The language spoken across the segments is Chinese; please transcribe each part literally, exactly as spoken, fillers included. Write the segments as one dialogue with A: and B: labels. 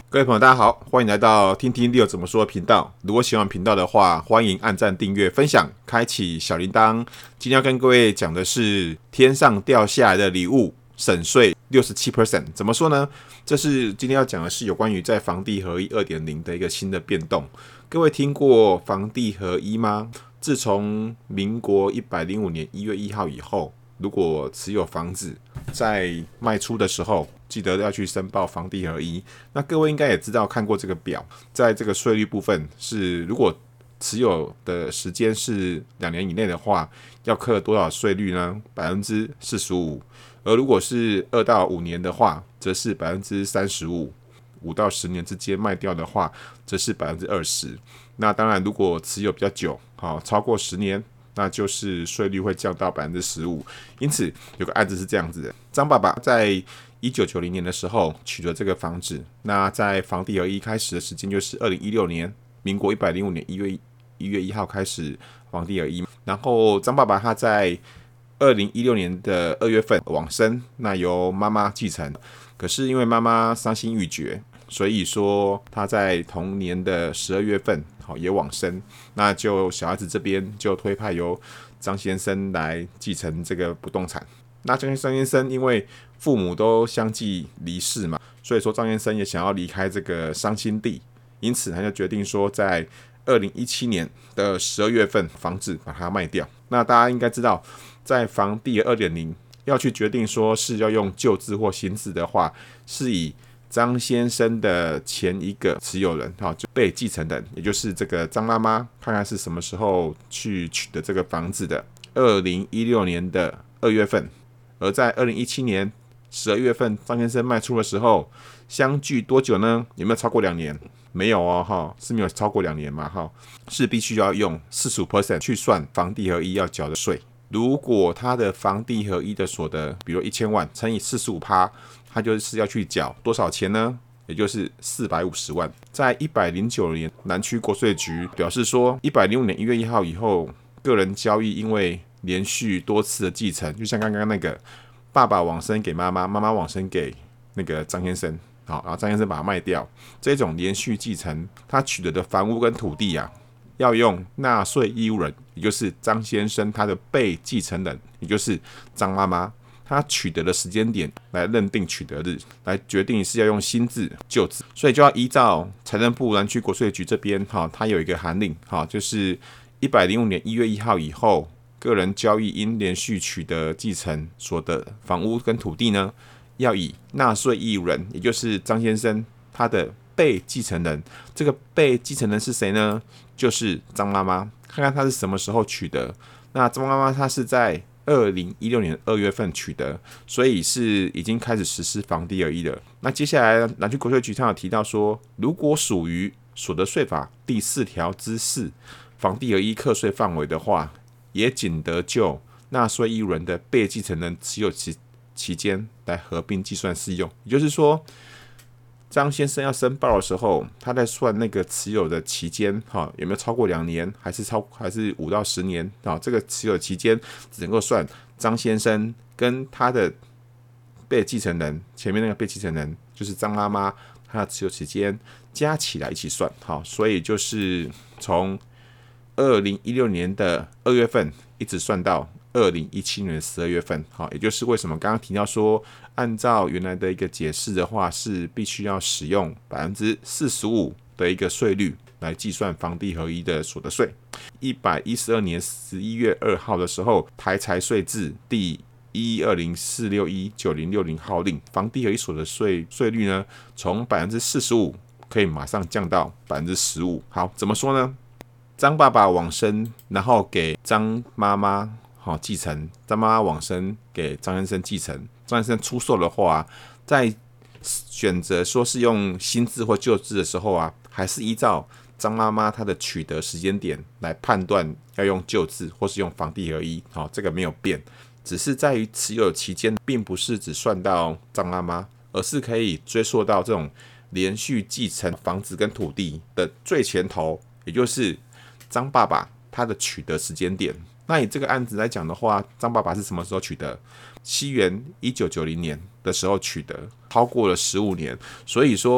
A: 各位朋友，大家好，欢迎来到听听六怎么说频道。如果喜欢频道的话，欢迎按赞、订阅、分享，开启小铃铛。今天要跟各位讲的是天上掉下来的礼物，省税 百分之六十七。怎么说呢？这是今天要讲的是有关于在房地合一 二点零 的一个新的变动。各位听过房地合一吗？自从民国一百零五年一月一号以后，如果持有房子在卖出的时候，记得要去申报房地合一。那各位应该也知道看过这个表，在这个税率部分是，如果持有的时间是两年以内的话，要课多少税率呢？ 百分之四十五。而如果是二到五年的话，则是 百分之三十五。五到十年之间卖掉的话，则是 百分之二十。那当然，如果持有比较久，好，超过十年，那就是税率会降到 百分之十五。因此，有个案子是这样子的：张爸爸在一九九零年的时候取得这个房子，那在房地合一开始的时间就是二零一六年，民国一百零五年一月一月一号开始房地合一。然后张爸爸他在二零一六年的二月份往生，那由妈妈继承。可是因为妈妈伤心欲绝，所以说他在同年的十二月份好也往生，那就小孩子这边就推派由张先生来继承这个不动产。那张先生因为父母都相继离世嘛，所以说张先生也想要离开这个伤心地，因此他就决定说在二零一七年的十二月份房子把它卖掉。那大家应该知道，在房地 二点零 要去决定说是要用旧制或新制的话，是以张先生的前一个持有人就被继承人，也就是这个张妈妈，看看是什么时候去取得这个房子的。二零一六年的二月份，而在二零一七年十二月份张先生卖出的时候，相距多久呢？有没有超过两年？没有哦，是没有超过两年嘛，是必须要用 百分之四十五 去算房地合一要缴的税。如果他的房地合一的所得，比如一千万乘以 百分之四十五， 他就是要去缴多少钱呢？也就是四百五十万。在一百零九年，南区国税局表示说，一百零五年一月一号以后，个人交易因为连续多次的继承，就像刚刚那个爸爸往生给妈妈，妈妈往生给那个张先生，好，然后张先生把它卖掉，这种连续继承，他取得的房屋跟土地啊，要用纳税义务人，也就是张先生他的被继承人，也就是张妈妈，他取得的时间点来认定取得日，来决定是要用新制旧制，所以就要依照财政部南区国税局这边，它有一个函令，就是一百零五年一月一号以后，个人交易因连续取得继承所得房屋跟土地呢，要以纳税义务人，也就是张先生他的被继承人，这个被继承人是谁呢？就是张妈妈。看看他是什么时候取得。那张妈妈她是在二零一六年二月份取得，所以是已经开始实施房地合一了。那接下来南区国税局上有提到说，如果属于所得税法第四条之四房地合一课税范围的话，也仅得就纳税义务人的被继承人持有期期间来合并计算适用。也就是说，张先生要申报的时候，他在算那个持有的期间，有没有超过两年，还是超还是五到十年？这个持有期间只能够算张先生跟他的被继承人，前面那个被继承人就是张妈妈，他的持有期间加起来一起算。所以就是从二零一六年的二月份一直算到二零一七年的十二月份，也就是为什么刚刚提到说，按照原来的一个解释的话，是必须要使用 百分之四十五 的一个税率来计算房地合一的所得税。一百一十二年十一月二号的时候，台财税制第一一二零四六一九零六零号令，房地合一所得税税率呢，从 百分之四十五 可以马上降到 百分之十五。好，怎么说呢？张爸爸往生，然后给张妈妈好继承，张妈妈往生给张先生继承。张先生出售的话，在选择说是用新制或旧制的时候啊，还是依照张妈妈她的取得时间点来判断要用旧制或是用房地合一，好，这个没有变，只是在于持有期间，并不是只算到张妈妈，而是可以追溯到这种连续继承房子跟土地的最前头，也就是张爸爸他的取得时间点。那以这个案子来讲的话，张爸爸是什么时候取得？西元一九九零年的时候取得，超过了十五年。所以说，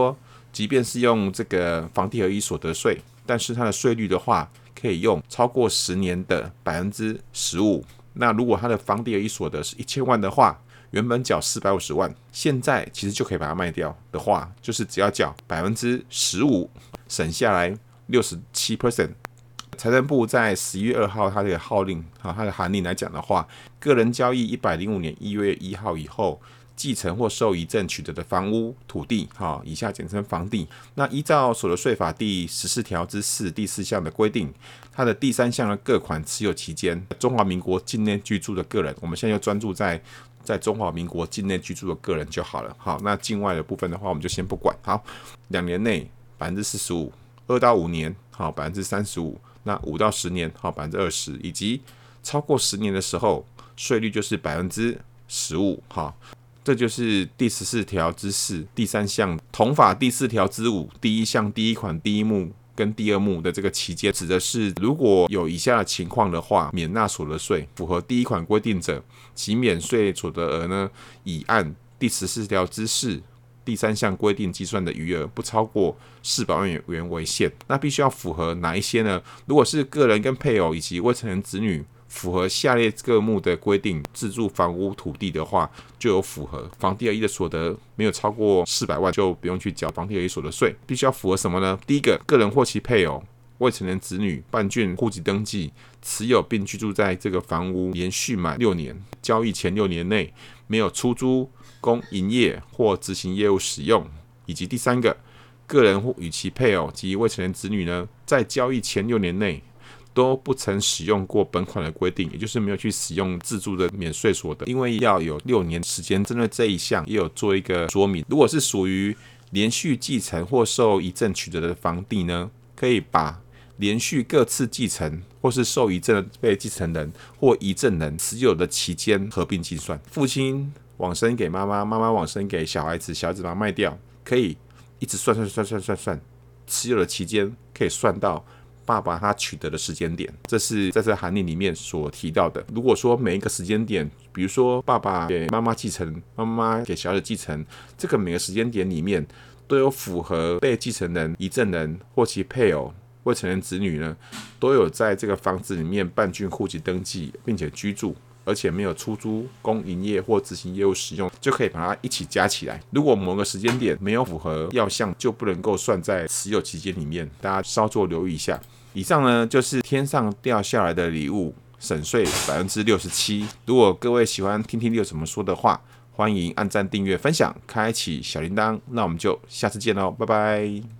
A: 即便是用这个房地合一所得税，但是它的税率的话，可以用超过十年的百分之十五。那如果它的房地合一所得是一千万的话，原本缴四百五十万，现在其实就可以把它卖掉的话，就是只要缴百分之十五，省下来六十七 percent。财政部在十一月二号它的号令，它的函令来讲的话，个人交易一百零五年一月一号以后，继承或受遗赠取得的房屋、土地，以下简称房地。那依照所得税法第十四条之四第四项的规定，它的第三项的各款持有期间，中华民国境内居住的个人，我们现在就专注在在中华民国境内居住的个人就好了。好，那境外的部分的话，我们就先不管。好，两年内百分之四十五，二到五年好百分之三十五，那五到十年好百分之二十，以及超过十年的时候，税率就是百分之十五。好。这就是第十四条之四第三项同法第四条之五第一项第一款第一目跟第二目的这个期间，指的是如果有以下的情况的话，免纳所得税，符合第一款规定者，其免税所得额呢，以按第十四条之四第三项规定计算的余额不超过四百万元为限。那必须要符合哪一些呢？如果是个人跟配偶以及未成年子女，符合下列各目的规定，自住房屋土地的话，就有符合房地合一的所得没有超过四百万，就不用去缴房地合一所得税。必须要符合什么呢？第一个，个人或其配偶、未成年子女办竣户籍登记，持有并居住在这个房屋连续满六年，交易前六年内没有出租、供营业或执行业务使用。以及第三个，个人或与其配偶及未成年子女呢，在交易前六年内都不曾使用过本款的规定，也就是没有去使用自住的免税所得。因为要有六年时间，针对这一项也有做一个说明。如果是属于连续继承或受遗赠取得的房地呢，可以把连续各次继承或是受遗赠的被继承人或遗赠人持有的期间合并计算。父亲往生给妈妈，妈妈往生给小孩子，小孩子把它卖掉，可以一直算算算算算算，持有的期间可以算到爸爸他取得的时间点，这是在这函令里面所提到的。如果说每一个时间点，比如说爸爸给妈妈继承，妈妈给小孩子继承，这个每个时间点里面都有符合被继承人、遗赠人或其配偶、未成年子女呢，都有在这个房子里面办竣户籍登记，并且居住，而且没有出租、供营业或执行业务使用，就可以把它一起加起来。如果某个时间点没有符合要项，就不能够算在持有期间里面，大家稍作留意一下。以上呢就是天上掉下来的礼物，省税百分之六十七。如果各位喜欢听听Leo怎么说的话，欢迎按赞、订阅、分享，开启小铃铛。那我们就下次见喽，拜拜。